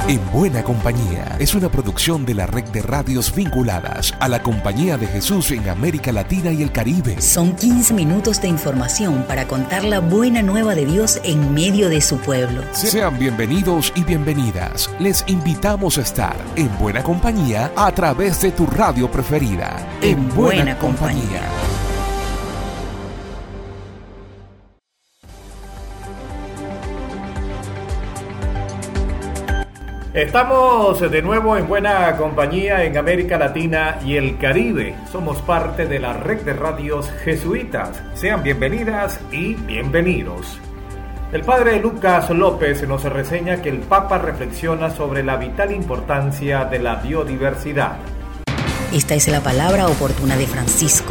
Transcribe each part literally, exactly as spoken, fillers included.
En Buena Compañía es una producción de la red de radios vinculadas a la Compañía de Jesús en América Latina y el Caribe. Son quince minutos de información para contar la buena nueva de Dios en medio de su pueblo. Sean bienvenidos y bienvenidas. Les invitamos a estar en Buena Compañía a través de tu radio preferida. En, en Buena, buena Compañía. compañía. Estamos de nuevo en Buena Compañía en América Latina y el Caribe. Somos parte de la red de radios jesuitas. Sean bienvenidas y bienvenidos. El padre Lucas López nos reseña que el Papa reflexiona sobre la vital importancia de la biodiversidad. Esta es la palabra oportuna de Francisco.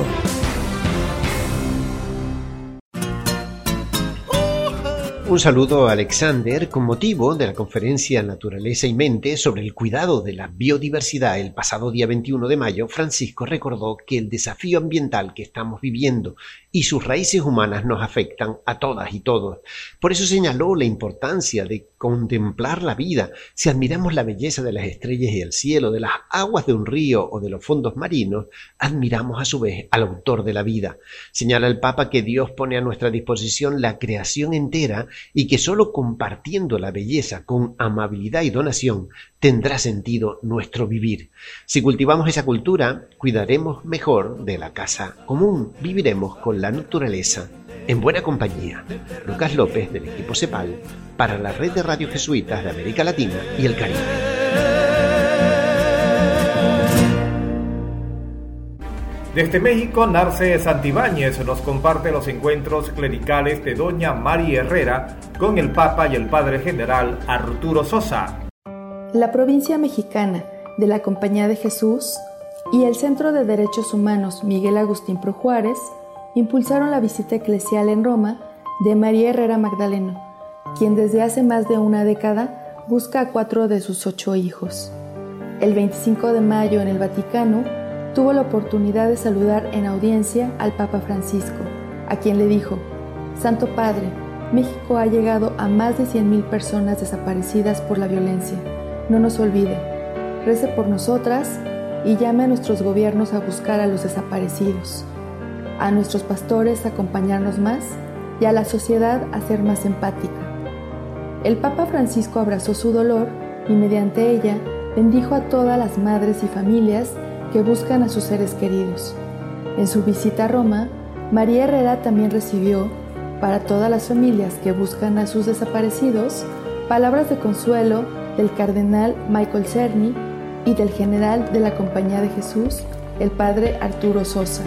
Un saludo a Alexander con motivo de la conferencia Naturaleza y Mente sobre el cuidado de la biodiversidad. El pasado día veintiuno de mayo, Francisco recordó que el desafío ambiental que estamos viviendo y sus raíces humanas nos afectan a todas y todos. Por eso señaló la importancia de contemplar la vida. Si admiramos la belleza de las estrellas y el cielo, de las aguas de un río o de los fondos marinos, admiramos a su vez al autor de la vida. Señala el Papa que Dios pone a nuestra disposición la creación entera y que solo compartiendo la belleza con amabilidad y donación tendrá sentido nuestro vivir. Si cultivamos esa cultura, cuidaremos mejor de la casa común, viviremos con la naturaleza en buena compañía. Lucas López, del equipo CEPAL, para la red de radios jesuitas de América Latina y el Caribe. Desde México, Narce Santibáñez nos comparte los encuentros clericales de doña María Herrera con el Papa y el Padre General Arturo Sosa. La provincia mexicana de la Compañía de Jesús y el Centro de Derechos Humanos Miguel Agustín Pro Juárez impulsaron la visita eclesial en Roma de María Herrera Magdaleno, quien desde hace más de una década busca a cuatro de sus ocho hijos. El veinticinco de mayo en el Vaticano tuvo la oportunidad de saludar en audiencia al Papa Francisco, a quien le dijo: Santo Padre, México ha llegado a más de cien mil personas desaparecidas por la violencia. No nos olvide, rece por nosotras y llame a nuestros gobiernos a buscar a los desaparecidos, a nuestros pastores a acompañarnos más y a la sociedad a ser más empática. El Papa Francisco abrazó su dolor y mediante ella bendijo a todas las madres y familias que buscan a sus seres queridos. En su visita a Roma, María Herrera también recibió, para todas las familias que buscan a sus desaparecidos, palabras de consuelo del cardenal Michael Cerny y del general de la Compañía de Jesús, el padre Arturo Sosa.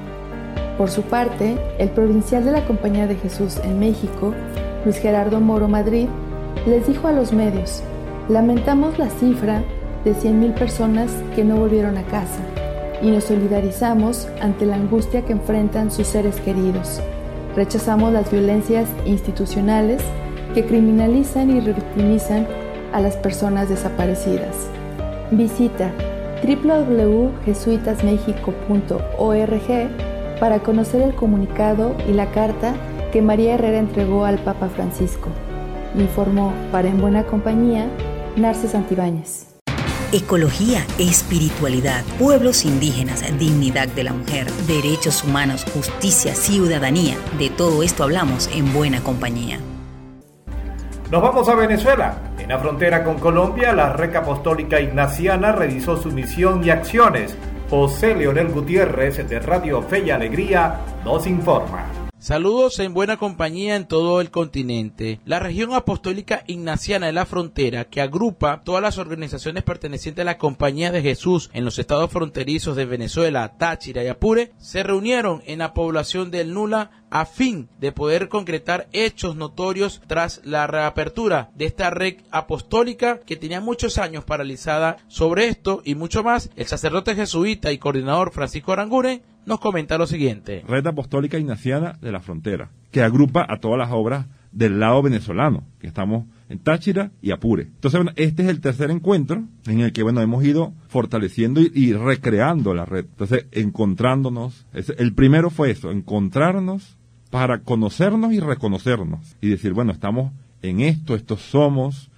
Por su parte, el provincial de la Compañía de Jesús en México, Luis Gerardo Moro Madrid, les dijo a los medios: lamentamos la cifra de cien mil personas que no volvieron a casa y nos solidarizamos ante la angustia que enfrentan sus seres queridos. Rechazamos las violencias institucionales que criminalizan y revictimizan a las personas desaparecidas. Visita doble u doble u doble u punto jesuitas mexico punto org para conocer el comunicado y la carta que María Herrera entregó al Papa Francisco. Informó para En Buena Compañía, Narce Santibáñez. Ecología, espiritualidad, pueblos indígenas, dignidad de la mujer, derechos humanos, justicia, ciudadanía. De todo esto hablamos en Buena Compañía. Nos vamos a Venezuela. En la frontera con Colombia, la Red Apostólica Ignaciana realizó su misión y acciones. José Leonel Gutiérrez, de Radio Fe y Alegría, nos informa. Saludos en Buena Compañía en todo el continente. La región apostólica ignaciana de la frontera, que agrupa todas las organizaciones pertenecientes a la Compañía de Jesús en los estados fronterizos de Venezuela, Táchira y Apure, se reunieron en la población del Nula a fin de poder concretar hechos notorios tras la reapertura de esta red apostólica que tenía muchos años paralizada. Sobre esto y mucho más, el sacerdote jesuita y coordinador Francisco Aranguren nos comenta lo siguiente. Red Apostólica Ignaciana de la Frontera, que agrupa a todas las obras del lado venezolano, que estamos en Táchira y Apure. Entonces, bueno, este es el tercer encuentro en el que, bueno, hemos ido fortaleciendo y, y recreando la red. Entonces, encontrándonos. Es, el primero fue eso, encontrarnos para conocernos y reconocernos. Y decir, bueno, estamos en esto, estos somos,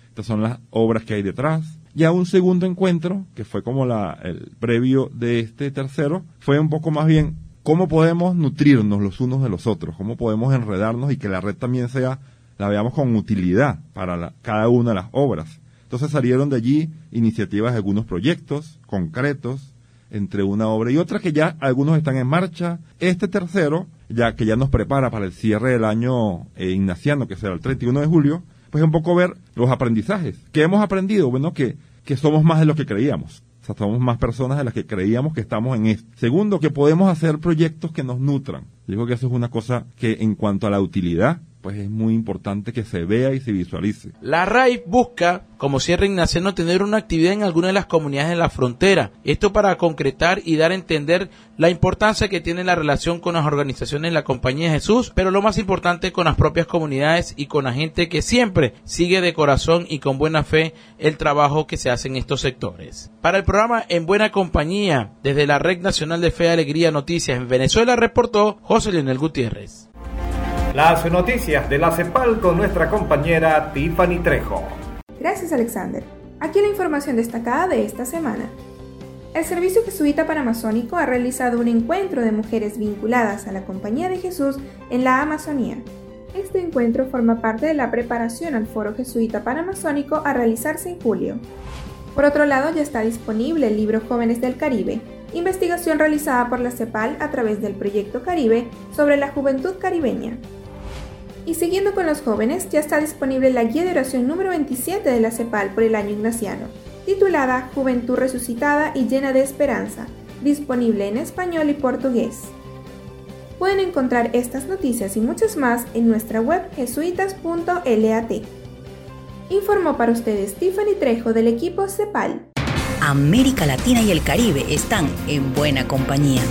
estas son las obras que hay detrás. Ya un segundo encuentro, que fue como la, el previo de este tercero, fue un poco más bien cómo podemos nutrirnos los unos de los otros, cómo podemos enredarnos y que la red también sea, la veamos con utilidad para la, cada una de las obras. Entonces salieron de allí iniciativas de algunos proyectos concretos entre una obra y otra, que ya algunos están en marcha. Este tercero, ya que ya nos prepara para el cierre del año eh, ignaciano, que será el treinta y uno de julio, pues un poco ver los aprendizajes. ¿Qué hemos aprendido? Bueno, que, que somos más de lo que creíamos. O sea, somos más personas de las que creíamos que estamos en esto. Segundo, que podemos hacer proyectos que nos nutran. Digo que eso es una cosa que en cuanto a la utilidad, pues es muy importante que se vea y se visualice. La R A I busca, como cierre ignaciano, tener una actividad en alguna de las comunidades de la frontera. Esto para concretar y dar a entender la importancia que tiene la relación con las organizaciones de la Compañía de Jesús, pero lo más importante con las propias comunidades y con la gente que siempre sigue de corazón y con buena fe el trabajo que se hace en estos sectores. Para el programa En Buena Compañía, desde la Red Nacional de Fe, Alegría, Noticias en Venezuela, reportó José Leonel Gutiérrez. Las noticias de la CEPAL con nuestra compañera Tiffany Trejo. Gracias, Alexander. Aquí la información destacada de esta semana. El Servicio Jesuita Panamazónico ha realizado un encuentro de mujeres vinculadas a la Compañía de Jesús en la Amazonía. Este encuentro forma parte de la preparación al Foro Jesuita Panamazónico a realizarse en julio. Por otro lado, ya está disponible el libro Jóvenes del Caribe, investigación realizada por la CEPAL a través del Proyecto Caribe sobre la juventud caribeña. Y siguiendo con los jóvenes, ya está disponible la guía de oración número veintisiete de la CEPAL por el año ignaciano, titulada Juventud resucitada y llena de esperanza, disponible en español y portugués. Pueden encontrar estas noticias y muchas más en nuestra web jesuitas punto lat. Informó para ustedes Tiffany Trejo del equipo CEPAL. América Latina y el Caribe están en buena compañía.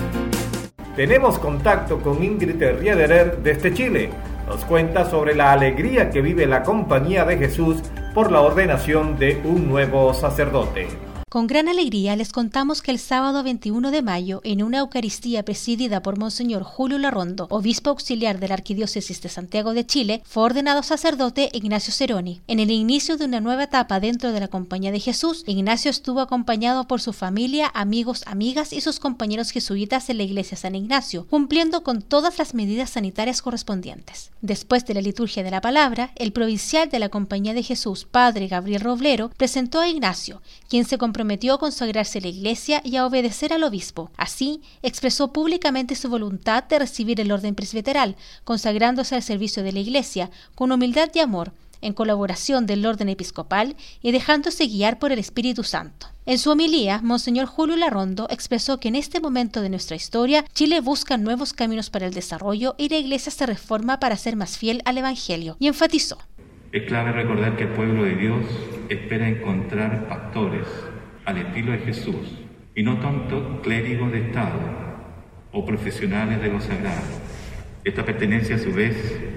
Tenemos contacto con Ingrid Riederer desde Chile. Nos cuenta sobre la alegría que vive la Compañía de Jesús por la ordenación de un nuevo sacerdote. Con gran alegría les contamos que el sábado veintiuno de mayo, en una Eucaristía presidida por Monseñor Julio Larrondo, obispo auxiliar de la Arquidiócesis de Santiago de Chile, fue ordenado sacerdote Ignacio Ceroni. En el inicio de una nueva etapa dentro de la Compañía de Jesús, Ignacio estuvo acompañado por su familia, amigos, amigas y sus compañeros jesuitas en la Iglesia San Ignacio, cumpliendo con todas las medidas sanitarias correspondientes. Después de la liturgia de la palabra, el provincial de la Compañía de Jesús, padre Gabriel Roblero, presentó a Ignacio, quien se comprometió a consagrarse a la Iglesia y a obedecer al obispo. Así, expresó públicamente su voluntad de recibir el orden presbiteral, consagrándose al servicio de la Iglesia con humildad y amor, en colaboración del orden episcopal y dejándose guiar por el Espíritu Santo. En su homilía, Monseñor Julio Larrondo expresó que en este momento de nuestra historia, Chile busca nuevos caminos para el desarrollo y la Iglesia se reforma para ser más fiel al Evangelio, y enfatizó: es clave recordar que el pueblo de Dios espera encontrar pastores al estilo de Jesús, y no tanto clérigos de Estado o profesionales de lo sagrado. Esta pertenencia, a su vez,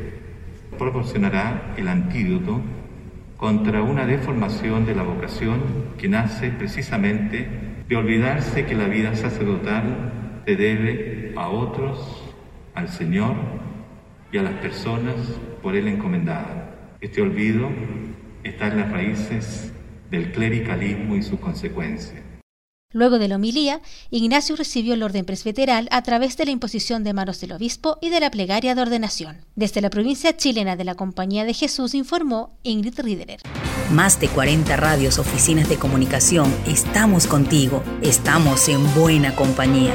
proporcionará el antídoto contra una deformación de la vocación que nace precisamente de olvidarse que la vida sacerdotal se debe a otros, al Señor y a las personas por Él encomendadas. Este olvido está en las raíces del clericalismo y sus consecuencias. Luego de la homilía, Ignacio recibió el orden presbiteral a través de la imposición de manos del obispo y de la plegaria de ordenación. Desde la provincia chilena de la Compañía de Jesús informó Ingrid Riederer. Más de cuarenta radios, oficinas de comunicación, estamos contigo, estamos en buena compañía.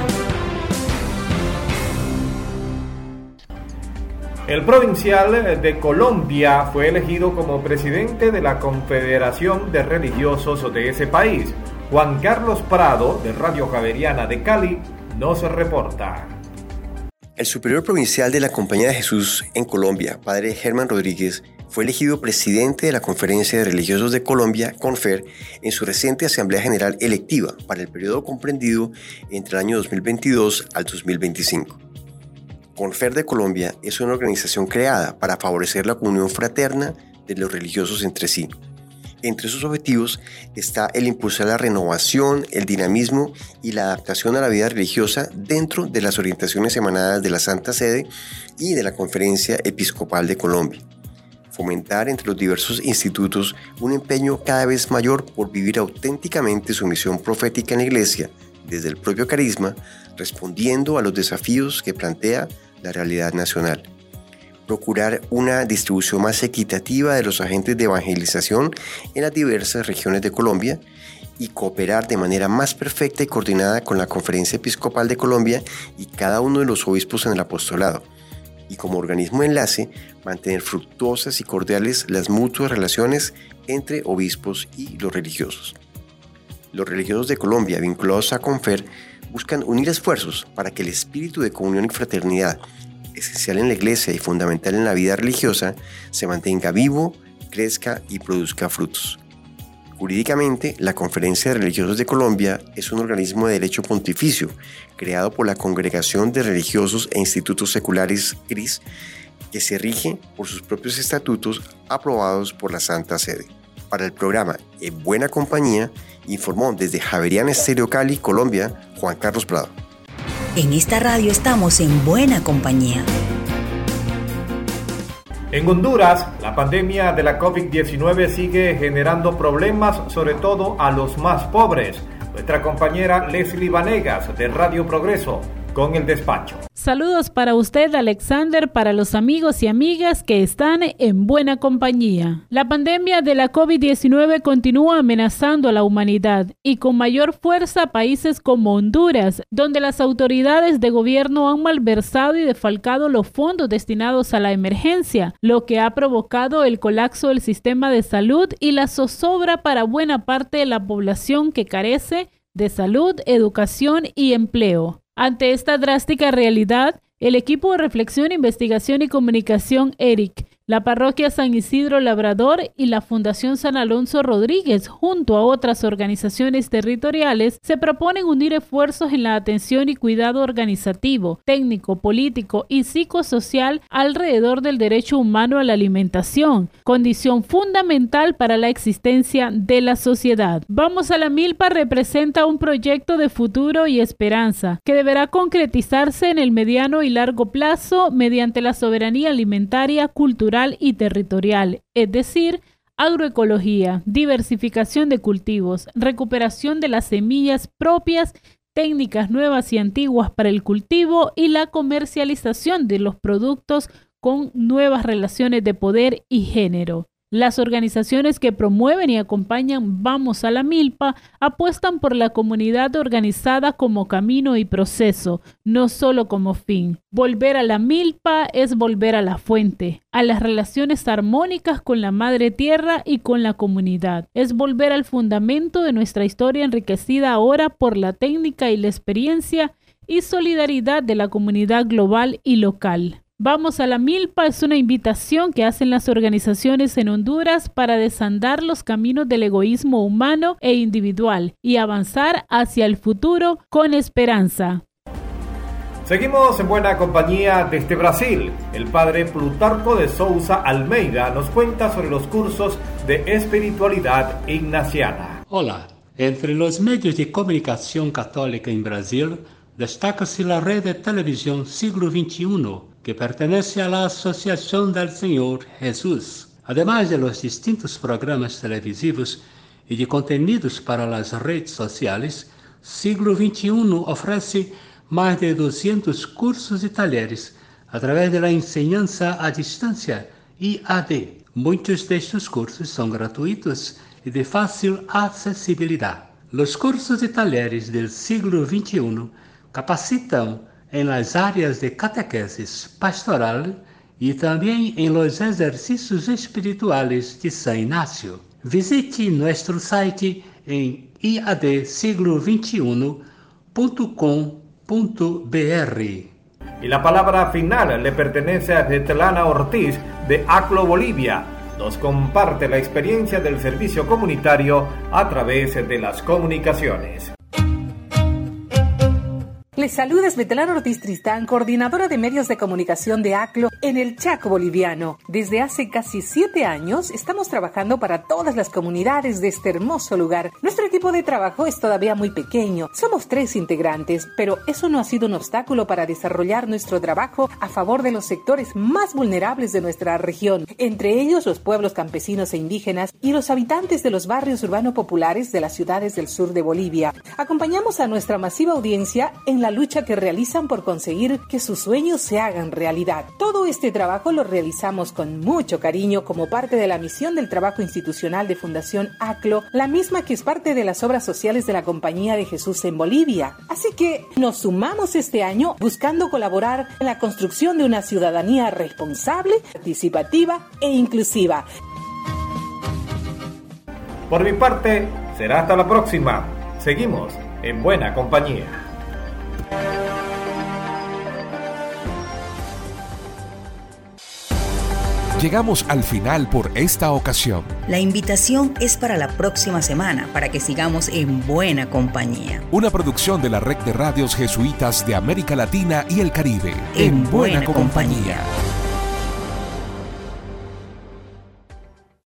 El provincial de Colombia fue elegido como presidente de la Confederación de Religiosos de ese país. Juan Carlos Prado, de Radio Javeriana de Cali, nos reporta. El superior provincial de la Compañía de Jesús en Colombia, padre Germán Rodríguez, fue elegido presidente de la Conferencia de Religiosos de Colombia, CONFER, en su reciente Asamblea General electiva para el periodo comprendido entre el año dos mil veintidós al dos mil veinticinco. CONFER de Colombia es una organización creada para favorecer la comunión fraterna de los religiosos entre sí. Entre sus objetivos está el impulsar la renovación, el dinamismo y la adaptación a la vida religiosa dentro de las orientaciones emanadas de la Santa Sede y de la Conferencia Episcopal de Colombia. fomentar entre los diversos institutos un empeño cada vez mayor por vivir auténticamente su misión profética en la Iglesia, desde el propio carisma, respondiendo a los desafíos que plantea la realidad nacional. Procurar una distribución más equitativa de los agentes de evangelización en las diversas regiones de Colombia y cooperar de manera más perfecta y coordinada con la Conferencia Episcopal de Colombia y cada uno de los obispos en el apostolado. Y como organismo de enlace, mantener fructuosas y cordiales las mutuas relaciones entre obispos y los religiosos. Los religiosos de Colombia vinculados a Confer buscan unir esfuerzos para que el espíritu de comunión y fraternidad, esencial en la Iglesia y fundamental en la vida religiosa, se mantenga vivo, crezca y produzca frutos. Jurídicamente, la Conferencia de Religiosos de Colombia es un organismo de derecho pontificio creado por la Congregación de Religiosos e Institutos Seculares C R I S, que se rige por sus propios estatutos aprobados por la Santa Sede. Para el programa En Buena Compañía, informó desde Javeriana Estéreo Cali, Colombia, Juan Carlos Prado. En esta radio estamos en buena compañía. En Honduras, la pandemia de la COVID diecinueve sigue generando problemas, sobre todo a los más pobres. Nuestra compañera Leslie Vanegas, de Radio Progreso, con el despacho. Saludos para usted, Alexander, para los amigos y amigas que están en buena compañía. La pandemia de la COVID diecinueve continúa amenazando a la humanidad y con mayor fuerza a países como Honduras, donde las autoridades de gobierno han malversado y defalcado los fondos destinados a la emergencia, lo que ha provocado el colapso del sistema de salud y la zozobra para buena parte de la población que carece de salud, educación y empleo. Ante esta drástica realidad, el equipo de Reflexión, Investigación y Comunicación E R I C, la Parroquia San Isidro Labrador y la Fundación San Alonso Rodríguez, junto a otras organizaciones territoriales, se proponen unir esfuerzos en la atención y cuidado organizativo, técnico, político y psicosocial alrededor del derecho humano a la alimentación, condición fundamental para la existencia de la sociedad. Vamos a la Milpa representa un proyecto de futuro y esperanza que deberá concretizarse en el mediano y largo plazo mediante la soberanía alimentaria, cultural y territorial, es decir, agroecología, diversificación de cultivos, recuperación de las semillas propias, técnicas nuevas y antiguas para el cultivo y la comercialización de los productos con nuevas relaciones de poder y género. Las organizaciones que promueven y acompañan Vamos a la Milpa apuestan por la comunidad organizada como camino y proceso, no solo como fin. Volver a la milpa es volver a la fuente, a las relaciones armónicas con la madre tierra y con la comunidad. Es volver al fundamento de nuestra historia enriquecida ahora por la técnica y la experiencia y solidaridad de la comunidad global y local. Vamos a la Milpa es una invitación que hacen las organizaciones en Honduras para desandar los caminos del egoísmo humano e individual y avanzar hacia el futuro con esperanza. Seguimos en buena compañía desde Brasil. El padre Plutarco de Souza Almeida nos cuenta sobre los cursos de espiritualidad ignaciana. Hola, entre los medios de comunicación católica en Brasil, destaca-se la red de televisión Siglo veintiuno, que pertenece a la Asociación del Señor Jesús. Además de los distintos programas televisivos y de contenidos para las redes sociales, Siglo veintiuno ofrece más de doscientos cursos y talleres a través de la enseñanza a distancia I A D. Muchos de estos cursos son gratuitos y de fácil accesibilidad. Los cursos y talleres del Siglo veintiuno capacitan en las áreas de catequesis pastoral y también en los ejercicios espirituales de San Ignacio. Visite nuestro site en i a d siglo veintiuno punto com punto b r. Y la palabra final le pertenece a Svetlana Ortiz de ACLO Bolivia. Nos comparte la experiencia del servicio comunitario a través de las comunicaciones. Les saluda Svetlana Ortiz Tristán, coordinadora de medios de comunicación de A C L O en el Chaco boliviano. Desde hace casi siete años estamos trabajando para todas las comunidades de este hermoso lugar. Nuestro equipo de trabajo es todavía muy pequeño, somos tres integrantes, pero eso no ha sido un obstáculo para desarrollar nuestro trabajo a favor de los sectores más vulnerables de nuestra región, entre ellos los pueblos campesinos e indígenas y los habitantes de los barrios urbanos populares de las ciudades del sur de Bolivia. Acompañamos a nuestra masiva audiencia en la lucha que realizan por conseguir que sus sueños se hagan realidad. Todo este trabajo lo realizamos con mucho cariño como parte de la misión del trabajo institucional de Fundación A C L O, la misma que es parte de las obras sociales de la Compañía de Jesús en Bolivia. Así que nos sumamos este año buscando colaborar en la construcción de una ciudadanía responsable, participativa e inclusiva. Por mi parte, será hasta la próxima. Seguimos en buena compañía. Llegamos al final por esta ocasión. La invitación es para la próxima semana, para que sigamos en buena compañía. Una producción de la Red de Radios Jesuitas de América Latina y el Caribe. En, en buena, buena compañía. compañía.